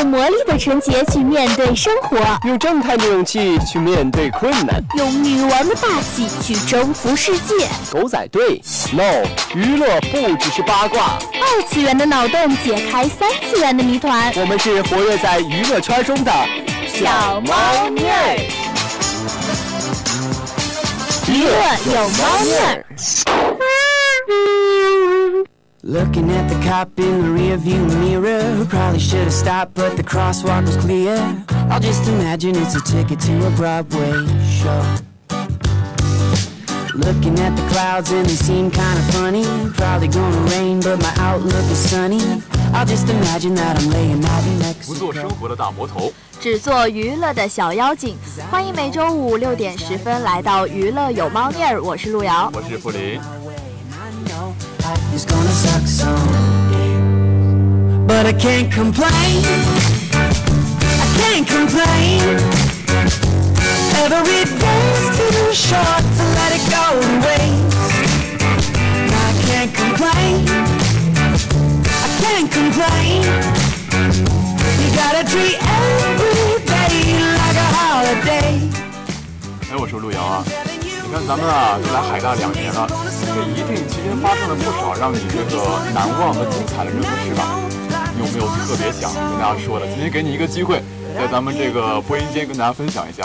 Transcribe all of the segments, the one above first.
魔力的纯洁去面对生活， 用正太的勇气去面对困难， 用女王的霸气去征服世界。 狗仔队 ，No， 娱乐不只是八卦， 二次元的脑洞解开三次元的谜团。 我们是活跃在娱乐圈中的小猫腻儿，娱乐有猫腻儿。 Looking at the cop in the rearview mirror, probably should have stopped, but the crosswalk was clear. I'll just imagine it's a ticket to a Broadway show. Looking at the clouds and they seem kind of funny. Probably gonna rain, but my outlook is sunny. I'll just imagine that I'm laying out in Mexico. 不做生活的大魔头， 只做娱乐的小妖精。欢迎每周五6点10分来到娱乐有猫腻儿，我是路遥， 我是傅林。 It's gonna suck some, but I can't complain. I can't complain. Every day's too short to let it go to waste. I can't complain. I can't complain. You gotta treat every day like a holiday. 哎，我说路遥啊，你看咱们啊，都来海大2年了，这一定期间发生了不少让你这个难忘和精彩的人和事吧？你有没有特别想跟大家说的？今天给你一个机会，在咱们这个播音间跟大家分享一下。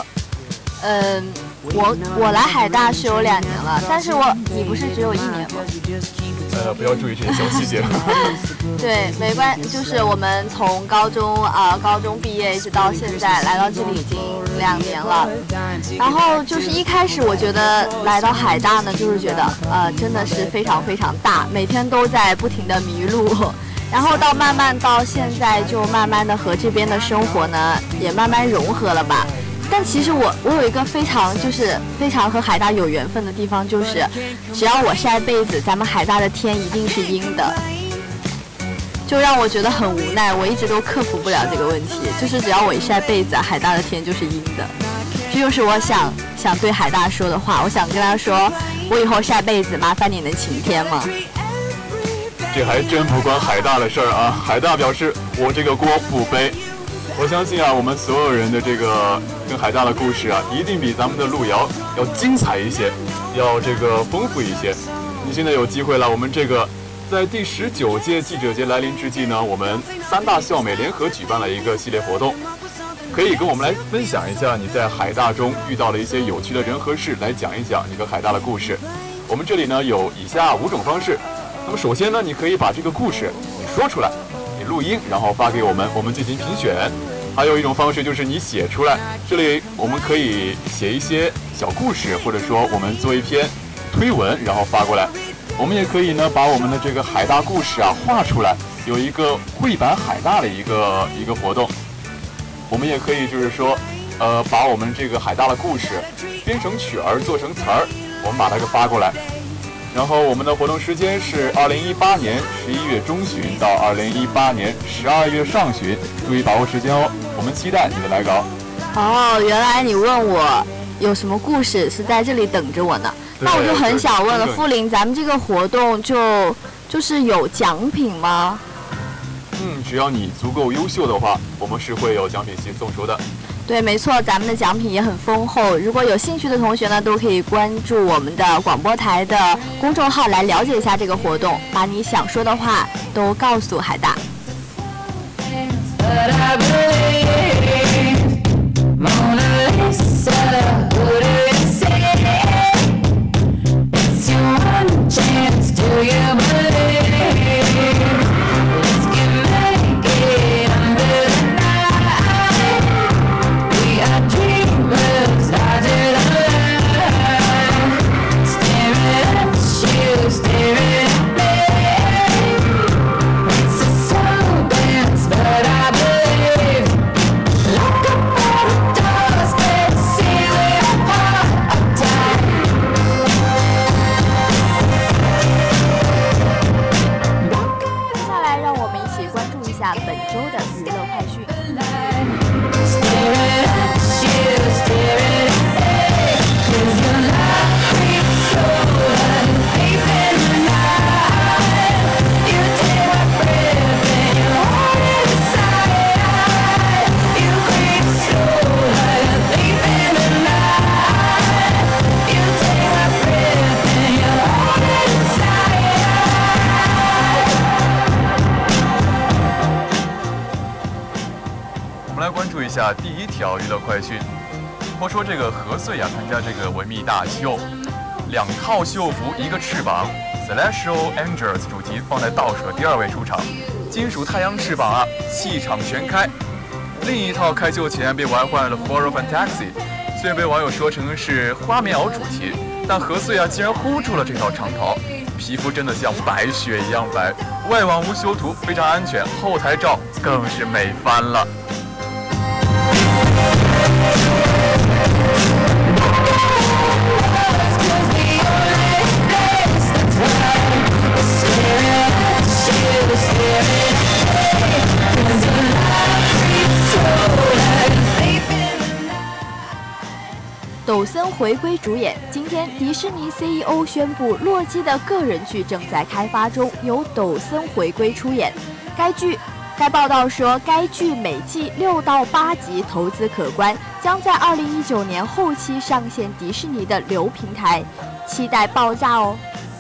我来海大是有2年了，但是你不是只有1年吗？ 不要注意这些小细节。 对，没关系，就是我们从高中毕业一直到现在，来到这里已经2年了。然后就是一开始我觉得来到海大呢，就是觉得真的是非常非常大，每天都在不停的迷路。然后慢慢到现在，就慢慢的和这边的生活呢也慢慢融合了吧。但其实我有一个非常和海大有缘分的地方，就是只要我晒被子，咱们海大的天一定是阴的，就让我觉得很无奈，我一直都克服不了这个问题，就是只要我一晒被子，海大的天就是阴的。这就是我想对海大说的话，我想跟他说，我以后晒被子麻烦你能晴天吗？ 这还真不关海大的事儿啊！海大表示我这个锅不背。我相信啊，我们所有人的这个跟海大的故事啊，一定比咱们的路遥要精彩一些，要这个丰富一些。你现在有机会了，我们这个在第19届记者节来临之际呢，我们3大校美联合举办了一个系列活动，可以跟我们来分享一下你在海大中遇到了一些有趣的人和事，来讲一讲你和海大的故事。我们这里呢有以下5种方式。那么首先呢，你可以把这个故事你说出来，你录音，然后发给我们，我们进行评选。还有一种方式就是你写出来，这里我们可以写一些小故事，或者说我们做一篇推文，然后发过来。我们也可以呢把我们的这个海大故事啊画出来，有一个绘版海大的一个活动。我们也可以就是说把我们这个海大的故事编成曲儿，做成词儿，我们把它给发过来。然后我们的活动时间是2018年11月中旬到2018年12月上旬，注意把握时间哦。我们期待你的来稿。 哦，原来你问我有什么故事是在这里等着我呢？那我就很想问了，傅林，咱们这个活动就是有奖品吗？ 只要你足够优秀的话，我们是会有奖品送出的。 对，没错，咱们的奖品也很丰厚。如果有兴趣的同学呢，都可以关注我们的广播台的公众号来了解一下这个活动，把你想说的话都告诉海大。 下第一条娱乐快讯。说这个何穗啊，参加这个维密大秀，2套秀服1个翅膀 ，Celestial Angels 主题放在倒数的第2位出场，金属太阳翅膀啊，气场全开。另一套开秀前被玩坏了 Horror Fantasy， 虽然被网友说成是花棉袄主题，但何穗啊竟然 hold 住了这套长袍，皮肤真的像白雪一样白，外网无修图，非常安全，后台照更是美翻了。 抖森回归主演。今天，迪士尼 CEO 宣布，洛基的个人剧正在开发中，由抖森回归出演。该报道说，该剧每季6到8集，投资可观，将在2019年后期上线迪士尼的流平台，期待爆炸哦！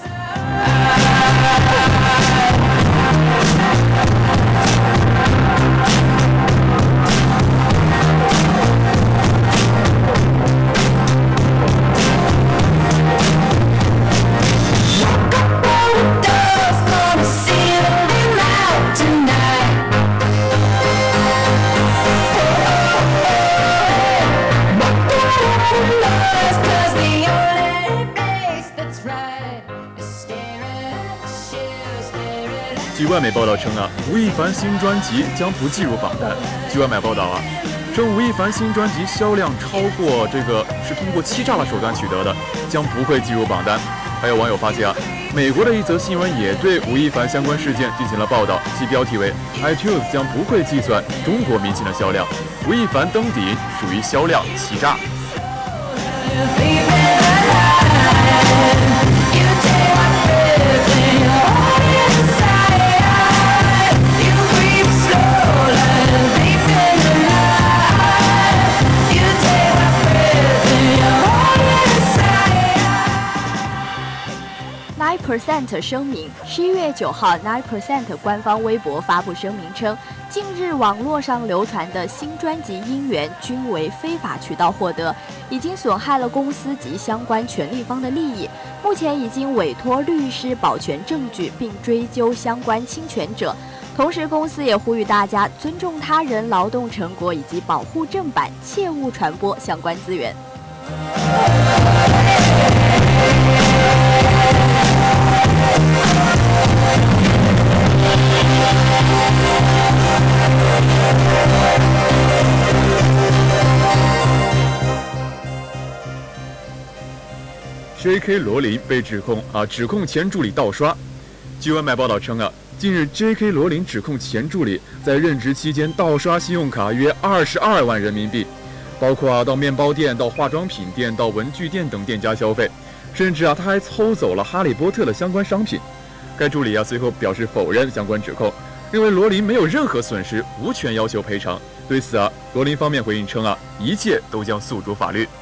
据外媒报道称啊，吴亦凡新专辑将不计入榜单。据外媒报道啊，称吴亦凡新专辑销量超过是通过欺诈的手段取得的，将不会计入榜单。还有网友发现啊，美国的一则新闻也对吴亦凡相关事件进行了报道，其标题为 iTunes 将不会计算中国明星的销量，吴亦凡登顶属于销量欺诈。 9% 声明，11月9号 9% 官方微博发布声明称，近日网络上流传的新专辑音源均为非法渠道获得，已经损害了公司及相关权利方的利益，目前已经委托律师保全证据并追究相关侵权者。同时，公司也呼吁大家尊重他人劳动成果以及保护正版，切勿传播相关资源。 J.K. 罗琳被指控前助理盗刷。据外媒报道称啊，近日 J.K. 罗琳指控前助理在任职期间盗刷信用卡约22万人民币，包括到面包店、到化妆品店、到文具店等店家消费，甚至他还偷走了哈利波特的相关商品。该助理随后表示否认相关指控，认为罗琳没有任何损失，无权要求赔偿。对此罗琳方面回应称一切都将诉诸法律。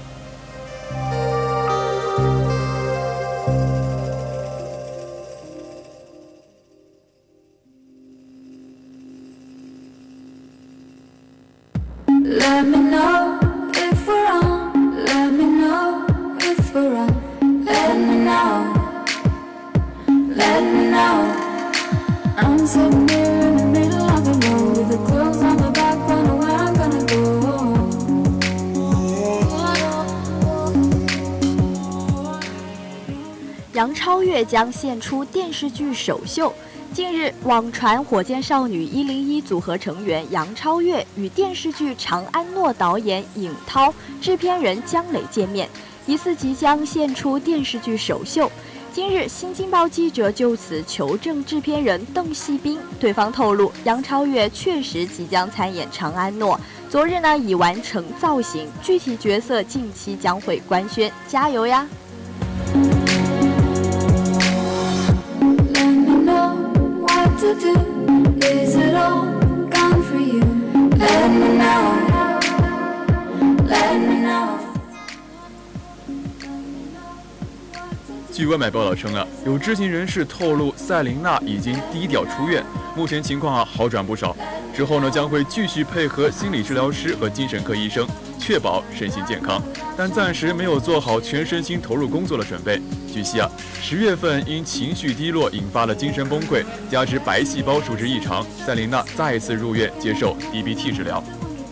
Let me know if we're on. Let me know if we're on. Let me know. Let me know. I'm sitting here in the middle of the road with the clothes on my back, wondering where I'm gonna go. 杨超越将献出电视剧首秀。近日，网传火箭少女101组合成员杨超越与电视剧《长安诺》导演尹涛、制片人姜磊见面，疑似即将献出电视剧首秀。今日，新京报记者就此求证制片人邓锡斌，对方透露，杨超越确实即将参演《长安诺》，昨日已完成造型，具体角色近期将会官宣，加油呀！ To do? Is it all gone for you? Let me know. Let me know. 据外媒报道称有知情人士透露，塞琳娜已经低调出院，目前情况好转不少。之后将会继续配合心理治疗师和精神科医生，确保身心健康，但暂时没有做好全身心投入工作的准备。据悉10月份因情绪低落引发了精神崩溃，加之白细胞数值异常，塞琳娜再次入院接受 DBT 治疗。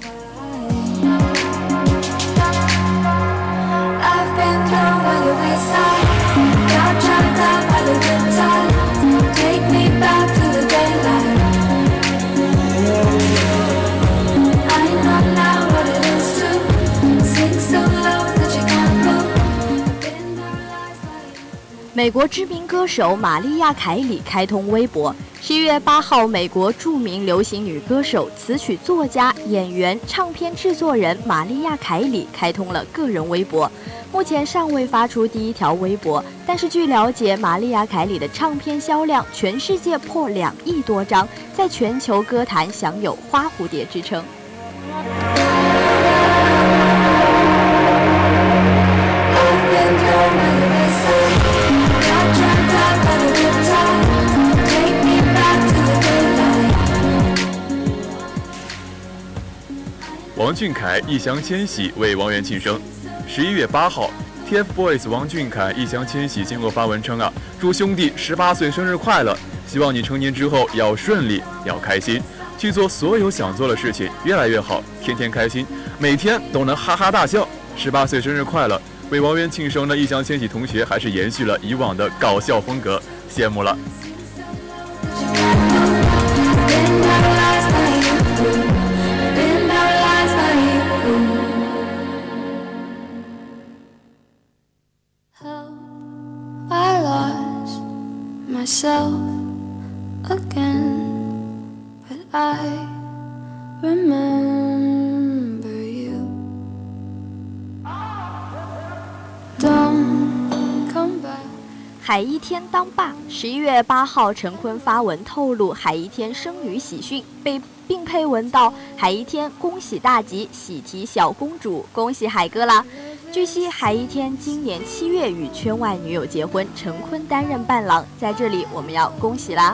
美国知名歌手玛丽亚·凯里开通微博。11月8号，美国著名流行女歌手、词曲作家、演员、唱片制作人玛丽亚·凯里开通了个人微博。目前尚未发出第一条微博，但是据了解，玛丽亚·凯里的唱片销量全世界破2亿多张，在全球歌坛享有“花蝴蝶”之称。 王俊凯一厢千玺为王源庆生。11月8号 ，TFBOYS 王俊凯一厢千玺经过发文称祝兄弟18岁生日快乐，希望你成年之后要顺利，要开心，去做所有想做的事情，越来越好，天天开心，每天都能哈哈大笑。18岁生日快乐！为王源庆生的一厢千玺同学还是延续了以往的搞笑风格，羡慕了。 Myself again, but I remember you. Don't come back. 海一天当爸。11月8号，陈坤发文透露海一天生女喜讯，并配文道：“海一天恭喜大吉，喜提小公主，恭喜海哥啦！”据悉，海一天今年7月与圈外女友结婚，陈坤担任伴郎，在这里我们要恭喜啦！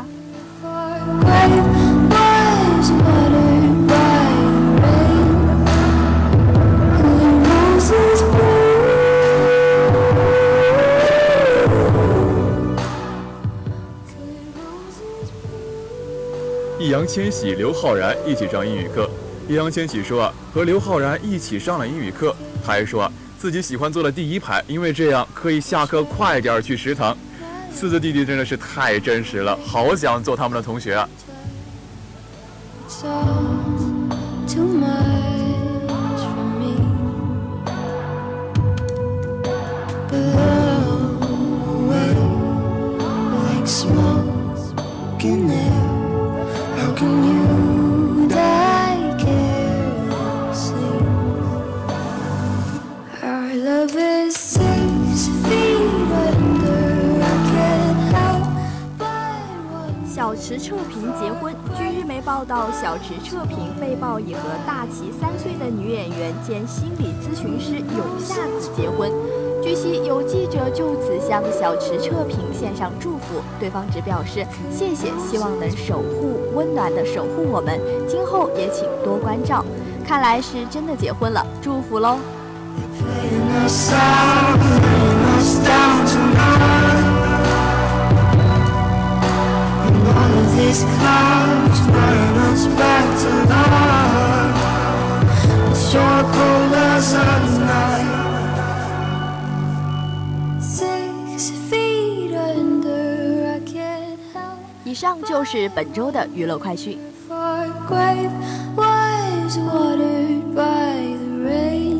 易烊千玺、刘昊然一起上英语课。易烊千玺说和刘昊然一起上了英语课，他还说自己喜欢坐的第一排，因为这样可以下课快点去食堂。四字弟弟真的是太真实了，好想做他们的同学啊！ 小池彻平结婚。据日媒报道，小池彻平被曝已和大其3岁的女演员兼心理咨询师永夏子结婚。据悉，有记者就此向小池彻平献上祝福，对方只表示谢谢，希望能温暖地守护我们，今后也请多关照。看来是真的结婚了，祝福喽！ These clouds bring us back to love. It's your cold as a night. 6 feet under, I can't help. 以上就是本周的娱乐快讯。 For grave was watered by the rain.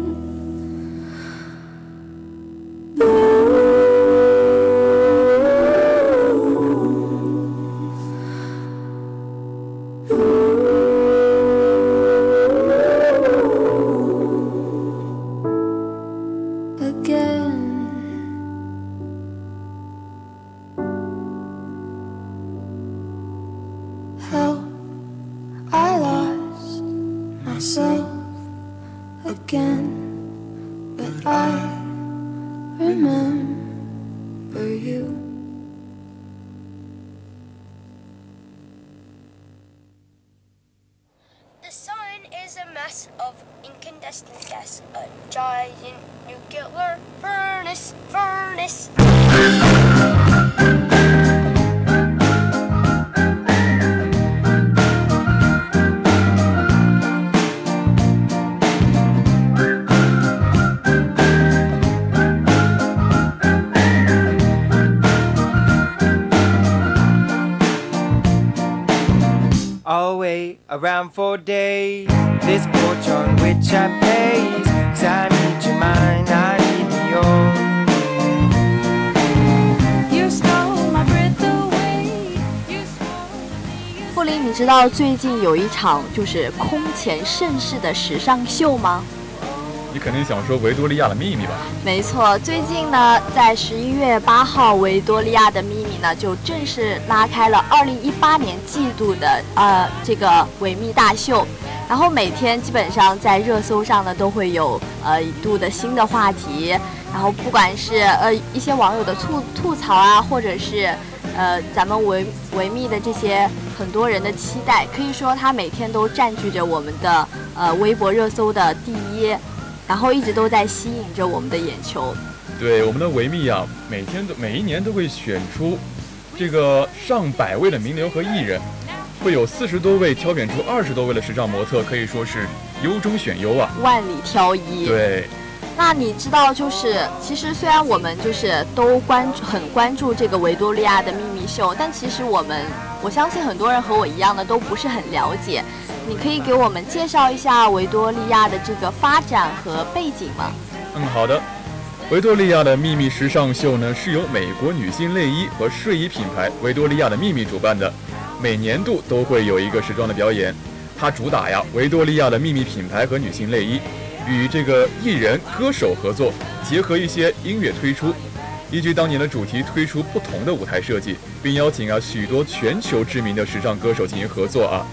Again, but I remember you. mass of incandescent gas, a giant nuclear furnace. I'll wait around for days. This porch on which I pace. 'Cause I need your mind, I need yours. You stole my breath away. You swore 傅林，你知道最近有一场就是空前盛世的时尚秀吗？ 你肯定想说维多利亚的秘密吧？ 没错，最近呢，在11月8号，维多利亚的秘密呢就正式拉开了2018年季度的这个维密大秀。然后每天基本上在热搜上呢都会有一度的新的话题，然后不管是一些网友的吐槽啊，或者是咱们维密的这些很多人的期待，可以说它每天都占据着我们的微博热搜的第一页。然后一直都在吸引着我们的眼球。 对，我们的维密啊，每一年都会选出这个上百位的名流和艺人，会有40多位挑选出20多位的时尚模特，可以说是优中选优啊， 万里挑一。 对。 那你知道，就是其实虽然我们就是都很关注这个维多利亚的秘密秀，但其实我相信很多人和我一样的都不是很了解。你可以给我们介绍一下维多利亚的这个发展和背景吗？ 好的。维多利亚的秘密时尚秀呢，是由美国女性内衣和睡衣品牌维多利亚的秘密主办的，每年度都会有一个时装的表演。它主打维多利亚的秘密品牌和女性内衣，与这个艺人歌手合作，结合一些音乐推出，依据当年的主题推出不同的舞台设计，并邀请许多全球知名的时尚歌手进行合作啊。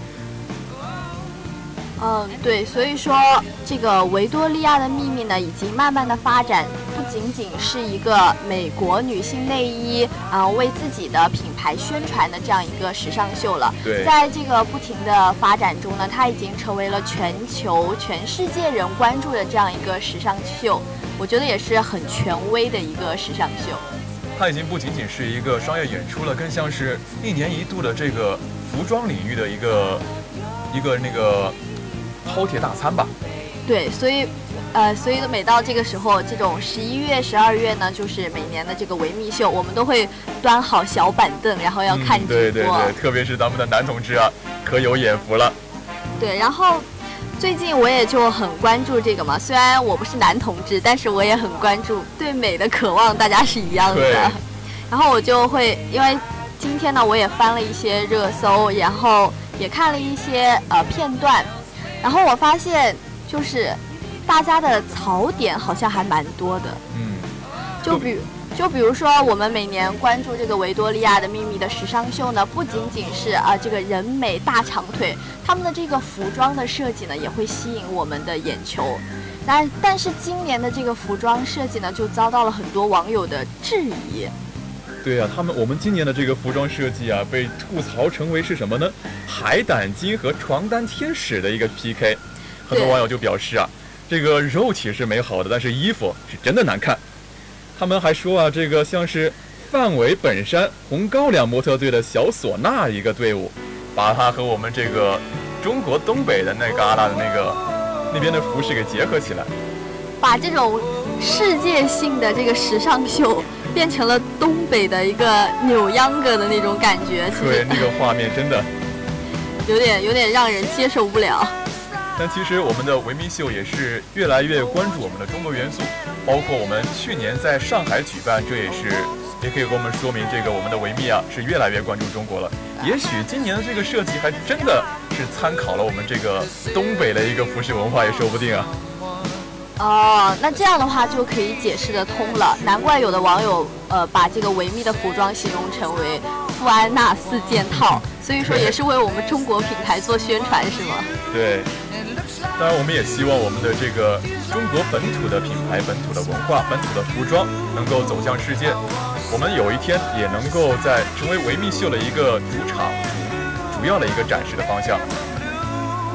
对，所以说这个维多利亚的秘密呢，已经慢慢的发展，不仅仅是一个美国女性内衣为自己的品牌宣传的这样一个时尚秀了。 对， 在这个不停的发展中呢，它已经成为了全世界人关注的这样一个时尚秀，我觉得也是很权威的一个时尚秀。 它已经不仅仅是一个商业演出了，更像是1年1度的这个服装领域的一个那个饕餮大餐吧。 对，所以每到这个时候，这种11月、12月呢，就是每年的这个维密秀，我们都会端好小板凳，然后要看直播。 对，特别是咱们的男同志啊，可有眼福了。 对，然后最近我也就很关注这个嘛，虽然我不是男同志，但是我也很关注，对美的渴望大家是一样的。然后我就会，因为今天呢，我也翻了一些热搜，然后也看了一些片段。然后我发现，就是大家的槽点好像还蛮多的。就比如说，我们每年关注这个维多利亚的秘密的时尚秀呢，不仅仅是这个人美大长腿，他们的这个服装的设计呢，也会吸引我们的眼球。但是今年的这个服装设计呢，就遭到了很多网友的质疑。 对啊，我们今年的这个服装设计啊，被吐槽成为是什么呢？海胆精和床单天使的一个 PK。很多网友就表示啊，这个肉体是美好的，但是衣服是真的难看。他们还说啊，这个像是范伟本山红高粱模特队的小唢呐一个队伍，把它和我们这个中国东北的那旮旯的那边的服饰给结合起来， 把这种世界性的这个时尚秀变成了东北的一个扭秧歌的那种感觉。 对，那个画面真的有点让人接受不了。 但其实我们的维密秀也是越来越关注我们的中国元素，包括我们去年在上海举办，这也可以给我们说明这个我们的维密啊是越来越关注中国了。也许今年的这个设计还真的是参考了我们这个东北的一个服饰文化也说不定啊。 那这样的话就可以解释得通了，难怪有的网友把这个维密的服装形容成为富安娜4件套，所以说也是为我们中国品牌做宣传是吗？ 对，当然我们也希望我们的这个中国本土的品牌、本土的文化、本土的服装能够走向世界，我们有一天也能够成为维密秀的一个主要的一个展示的方向。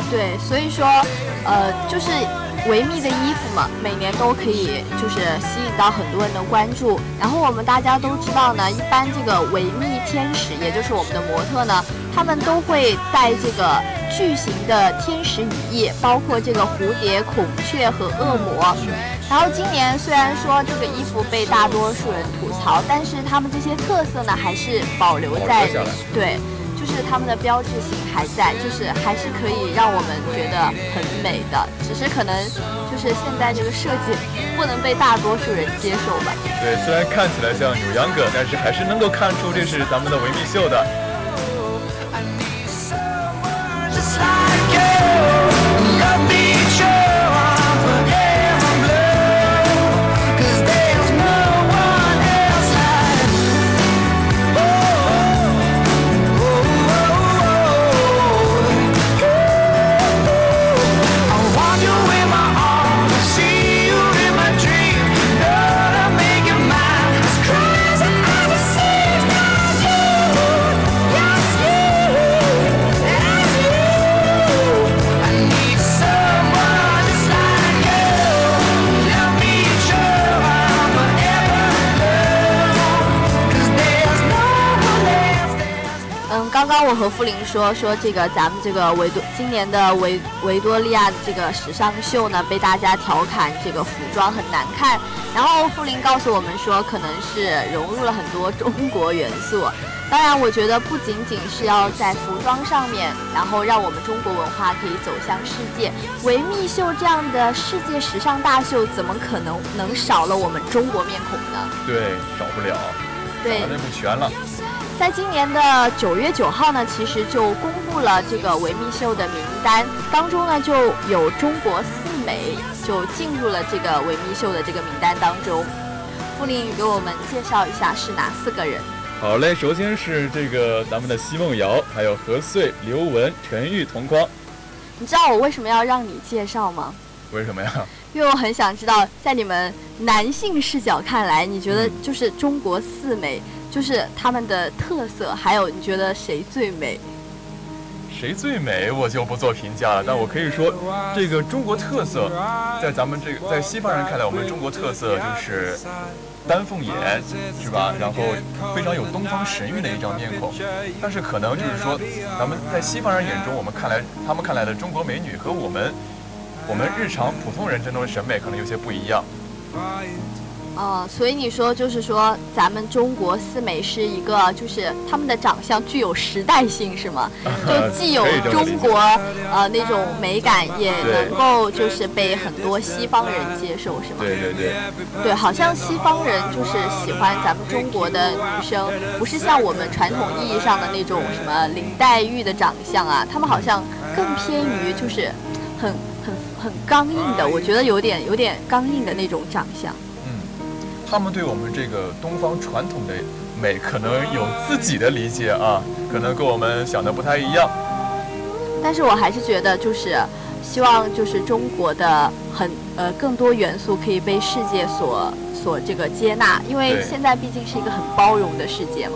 对，所以说，就是维密的衣服嘛，每年都可以就是吸引到很多人的关注。然后我们大家都知道呢，一般这个维密天使，也就是我们的模特呢，他们都会戴这个巨型的天使羽翼，包括这个蝴蝶、孔雀和恶魔。然后今年虽然说这个衣服被大多数人吐槽，但是他们这些特色呢还是保留在对。就是他们的标志性还在，就是还是可以让我们觉得很美的，只是可能就是现在这个设计不能被大多数人接受吧。 对，虽然看起来像扭秧歌，但是还是能够看出这是咱们的维密秀的。 刚刚我和傅林说这个咱们这个今年的维多利亚的这个时尚秀呢，被大家调侃这个服装很难看。然后傅林告诉我们说，可能是融入了很多中国元素。当然，我觉得不仅仅是要在服装上面，然后让我们中国文化可以走向世界。维密秀这样的世界时尚大秀，怎么可能少了我们中国面孔呢？ 对，少不了， 对， 少的不全了。 在今年的9月9号呢，其实就公布了这个维密秀的名单，当中呢就有中国4美就进入了这个维密秀的这个名单当中。傅林宇给我们介绍一下是哪4个人。 好嘞，首先是这个咱们的奚梦瑶，还有何穗、刘雯、陈玉、同框。 你知道我为什么要让你介绍吗？ 为什么呀？ 因为我很想知道，在你们男性视角看来，你觉得就是中国4美。就是他们的特色，还有你觉得谁最美？ 谁最美我就不做评价了，但我可以说，这个中国特色，在咱们这个在西方人看来，我们中国特色就是丹凤眼，是吧？然后非常有东方神韵的一张面孔。但是可能就是说，咱们在西方人眼中，他们看来的中国美女和我们日常普通人这种审美可能有些不一样。 所以你说就是说，咱们中国4美是一个，就是他们的长相具有时代性，是吗？就既有中国那种美感，也能够就是被很多西方人接受，是吗？对，好像西方人就是喜欢咱们中国的女生，不是像我们传统意义上的那种什么林黛玉的长相啊，他们好像更偏于就是很刚硬的，我觉得有点刚硬的那种长相。 他们对我们这个东方传统的美可能有自己的理解啊，可能跟我们想的不太一样。 但是我还是觉得，就是希望就是中国的更多元素可以被世界所这个接纳，因为现在毕竟是一个很包容的世界嘛。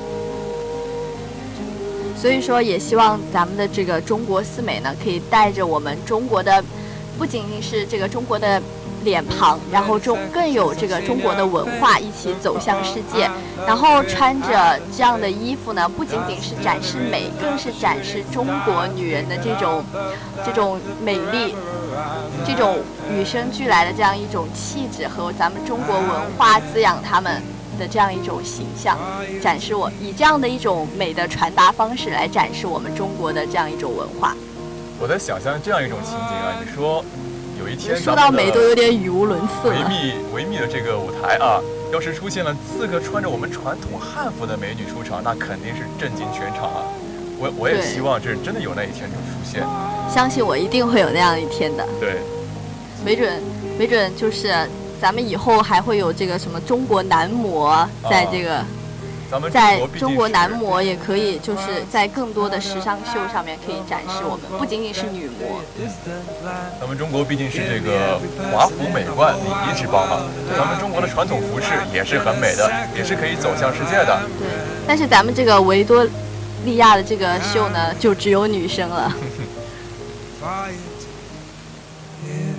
所以说，也希望咱们的这个中国4美呢，可以带着我们中国的，不仅仅是这个中国的脸庞，然后更有这个中国的文化一起走向世界。然后穿着这样的衣服呢，不仅仅是展示美，更是展示中国女人的这种美丽，这种与生俱来的这样一种气质和咱们中国文化滋养她们的这样一种形象，展示以这样的一种美的传达方式来展示我们中国的这样一种文化。 我在想象这样一种情景啊，你说有一天说到美都有点语无伦次了。 维密的这个舞台啊，要是出现了4个穿着我们传统汉服的美女出场，那肯定是震惊全场啊！我也希望这真的有那一天就出现。 相信我，一定会有那样一天的。 对， 没准就是咱们以后还会有这个什么中国男模，在这个。在中国男模也可以，就是在更多的时尚秀上面可以展示我们，不仅仅是女模。 咱们中国毕竟是这个华服美冠礼仪之邦嘛，咱们中国的传统服饰也是很美的，也是可以走向世界的。 对，但是咱们这个维多利亚的这个秀呢，就只有女生了。 quiet here.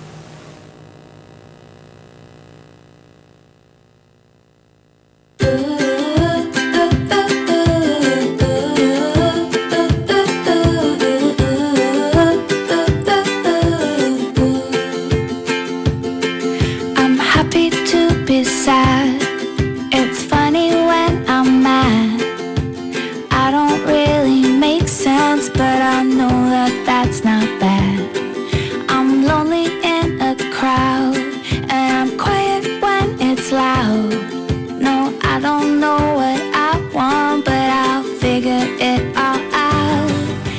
I'm happy to be sad. It's funny when I'm mad. I don't really make sense, but I know that that's not bad. I'm lonely in a crowd, and I'm quiet when it's loud. No, I don't know what I want, but I'll figure it all out.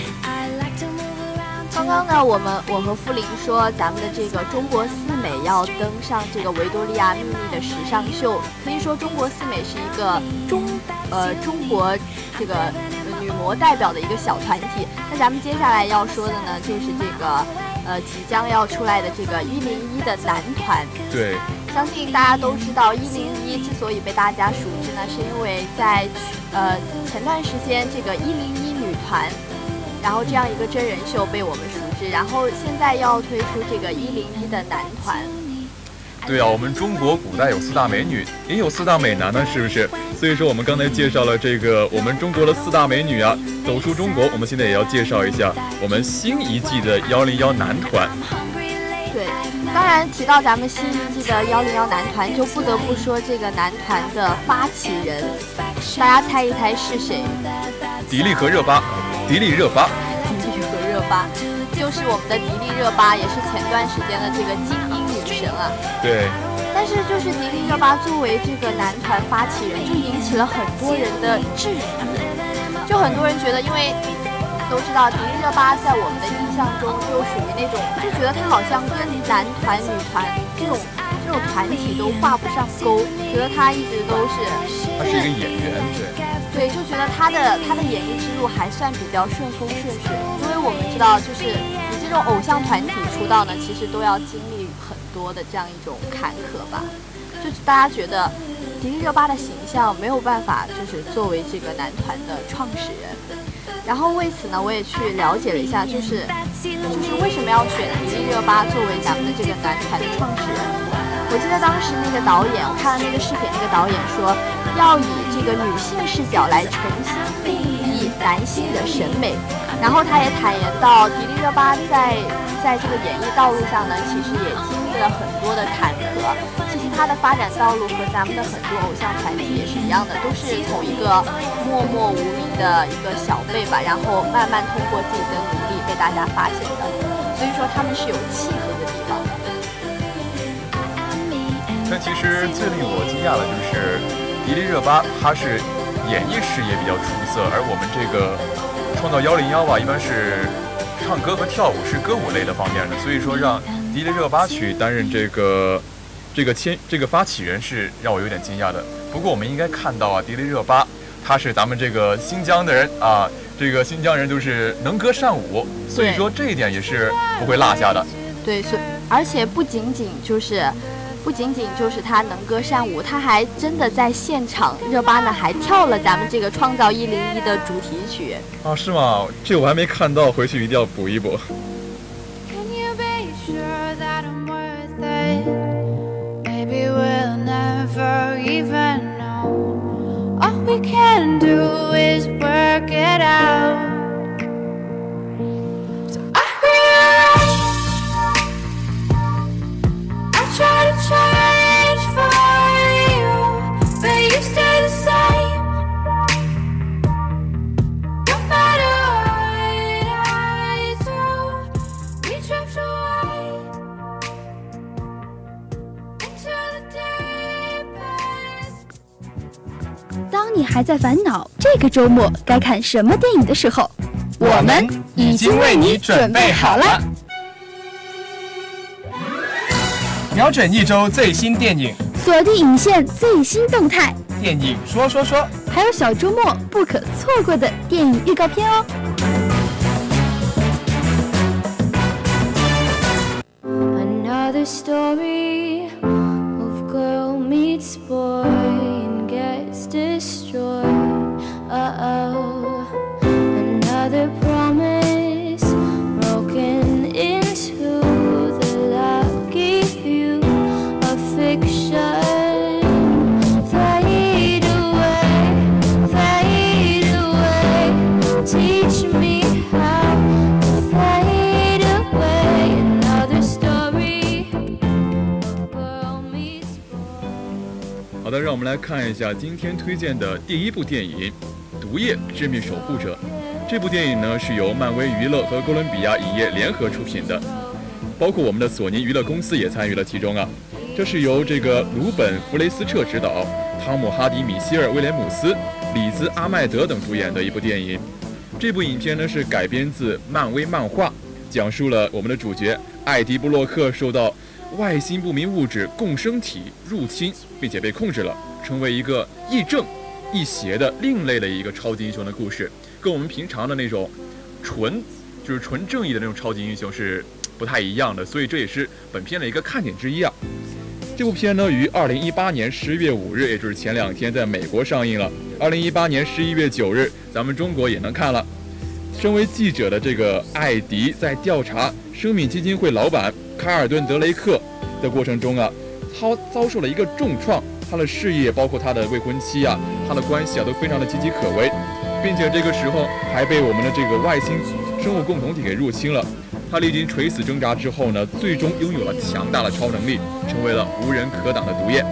I like to move around. 刚刚呢，我和傅林说，咱们的这个中国四美要登上这个维多利亚秘密的时尚秀。可以说，中国四美是一个中国这个女模代表的一个小团体。那咱们接下来要说的呢，就是这个即将要出来的这个101的男团。 对， 相信大家都知道，101之所以被大家熟知呢，是因为在前段时间这个101女团，然后这样一个真人秀被我们熟知，然后现在要推出这个101的男团。 对啊，我们中国古代有4大美女，也有4大美男呢，是不是？所以说我们刚才介绍了这个我们中国的4大美女啊，走出中国，我们现在也要介绍一下我们新一季的101男团。 对，当然提到咱们新一季的101男团，就不得不说这个男团的发起人，大家猜一猜是谁？ 迪丽热巴。迪丽热巴就是我们的迪丽热巴，也是前段时间的这个精英女神啊。 对。 但是就是迪丽热巴作为这个男团发起人，就引起了很多人的质疑。就很多人觉得，因为都知道迪丽热巴在我们的印象中就属于那种，就觉得她好像跟男团、女团这种团体都挂不上钩，觉得她一直都是， 她是一个演员， 对，就觉得她的演艺之路还算比较顺风顺水，因为我们知道，就是你这种偶像团体出道呢，其实都要经历很多的这样一种坎坷吧，就是大家觉得迪丽热巴的形象没有办法，就是作为这个男团的创始人。然后为此呢，我也去了解了一下，就是为什么要选迪丽热巴作为咱们的这个男团的创始人。我记得当时那个导演，我看了那个视频，那个导演说要以这个女性视角来重新定义男性的审美。然后他也坦言到，迪丽热巴在这个演艺道路上呢，其实也经历了很多的坎坷。其实他的发展道路和咱们的很多偶像团体也是一样的，都是从一个默默无名的一个小辈吧，然后慢慢通过自己的努力被大家发现的。所以说他们是有契合的地方。 但其实最令我惊讶的就是迪丽热巴，她是演艺事业比较出色，而我们这个创造101吧，一般是唱歌和跳舞，是歌舞类的方面的，所以说让迪丽热巴去担任这个发起人是让我有点惊讶的。不过我们应该看到啊，迪丽热巴她是咱们这个新疆的人啊，这个新疆人都是能歌善舞，所以说这一点也是不会落下的。 对，而且不仅仅就是他能歌善舞，他还真的在现场，热巴呢还跳了咱们这个创造101的主题曲啊，是吗？这我还没看到，回去一定要补一补。 Can you be sure that I'm worth it? Maybe we'll never even know. All we can do is work it out. So I realize I try to change for you, but you stay the same. No matter what I do, we drift away into the deepest. 当你还在烦恼这个周末该看什么电影的时候，我们已经为你准备好了。 瞄准一周最新电影， 锁定影线最新动态， 电影说， 还有小周末不可错过的电影预告片哦。 Another story of girl meets boy and gets destroyed. Uh-oh. Another promise broken teach me how to fade away. Another story of girl meets boy. 好的，让我们来看一下今天推荐的第一部电影《毒液：致命守护者》。这部电影呢是由漫威娱乐和哥伦比亚影业联合出品的，包括我们的索尼娱乐公司也参与了其中啊。这是由这个鲁本·弗雷斯彻执导，汤姆·哈迪、米歇尔·威廉姆斯、里兹·阿麦德等主演的一部电影。这部影片呢是改编自漫威漫画，讲述了我们的主角艾迪·布洛克受到外星不明物质共生体入侵，并且被控制了，成为一个亦正亦邪的另类的一个超级英雄的故事，跟我们平常的那种纯正义的那种超级英雄是不太一样的，所以这也是本片的一个看点之一啊。这部片呢于2018年11月5日，也就是前2天在美国上映了。2018年11月9日，咱们中国也能看了。身为记者的这个艾迪，在调查生命基金会老板卡尔顿·德雷克的过程中啊，他遭受了一个重创，他的事业包括他的未婚妻啊，他的关系啊都非常的岌岌可危，并且这个时候还被我们的这个外星生物共同体给入侵了。他历经垂死挣扎之后呢，最终拥有了强大的超能力，成为了无人可挡的毒液。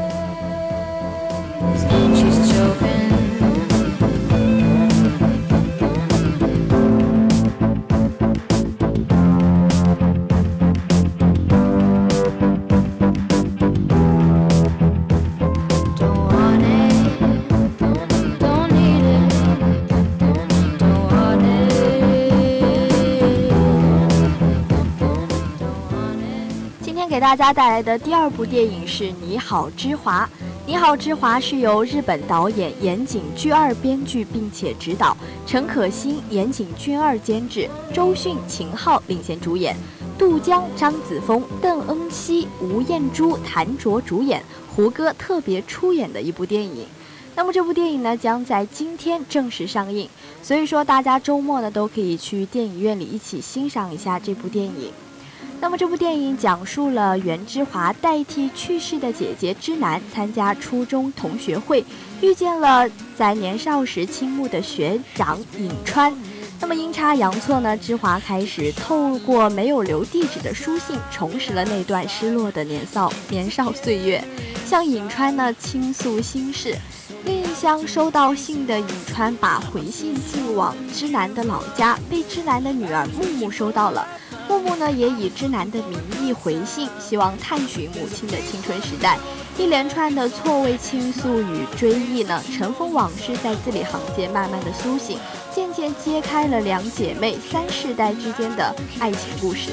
给大家带来的第二部电影是《你好，之华》。《你好，之华》是由日本导演岩井俊二编剧并且执导，陈可辛、岩井俊二监制，周迅、秦昊领衔主演，杜江、张子枫、邓恩熙、吴彦珠、谭卓主演，胡歌特别出演的一部电影。那么这部电影呢将在今天正式上映，所以说大家周末呢都可以去电影院里一起欣赏一下这部电影。那么这部电影讲述了袁之华代替去世的姐姐之南参加初中同学会，遇见了在年少时倾慕的学长尹川。那么阴差阳错呢，之华开始透过没有留地址的书信，重拾了那段失落的年少岁月，向尹川呢倾诉心事。另一厢收到信的尹川把回信寄往之南的老家，被之南的女儿木木收到了。木木呢也以之南的名义回信，希望探寻母亲的青春时代。一连串的错位倾诉与追忆呢，尘封往事在字里行间慢慢的苏醒，渐渐揭开了两姐妹3世代之间的爱情故事。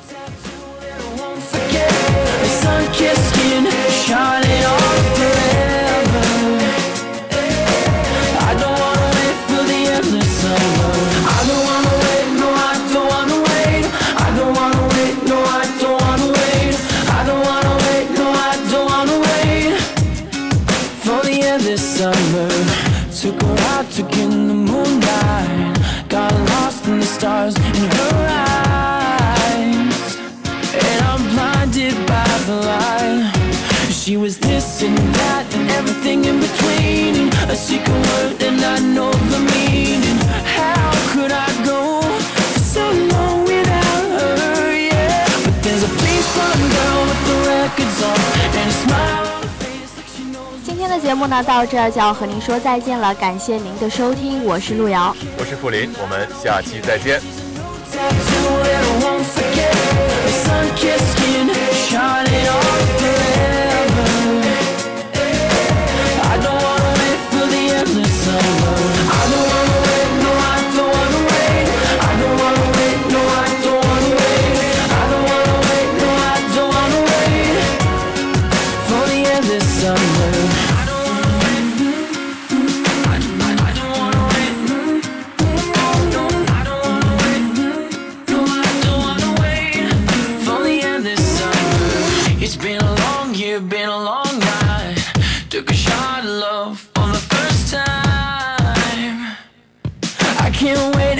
Took her out, took in the moonlight, got lost in the stars in her eyes, and I'm blinded by the light. She was this and that and everything in between, a secret word and I know the meaning. How could I go for so long without her, yeah? But there's a place for a girl with the records on and a smile. 今天的节目呢到这儿就要和您说再见了，感谢您的收听，我是路遥， 我是傅林，我们下期再见。 Been a long night, took a shot of love for the first time. I can't wait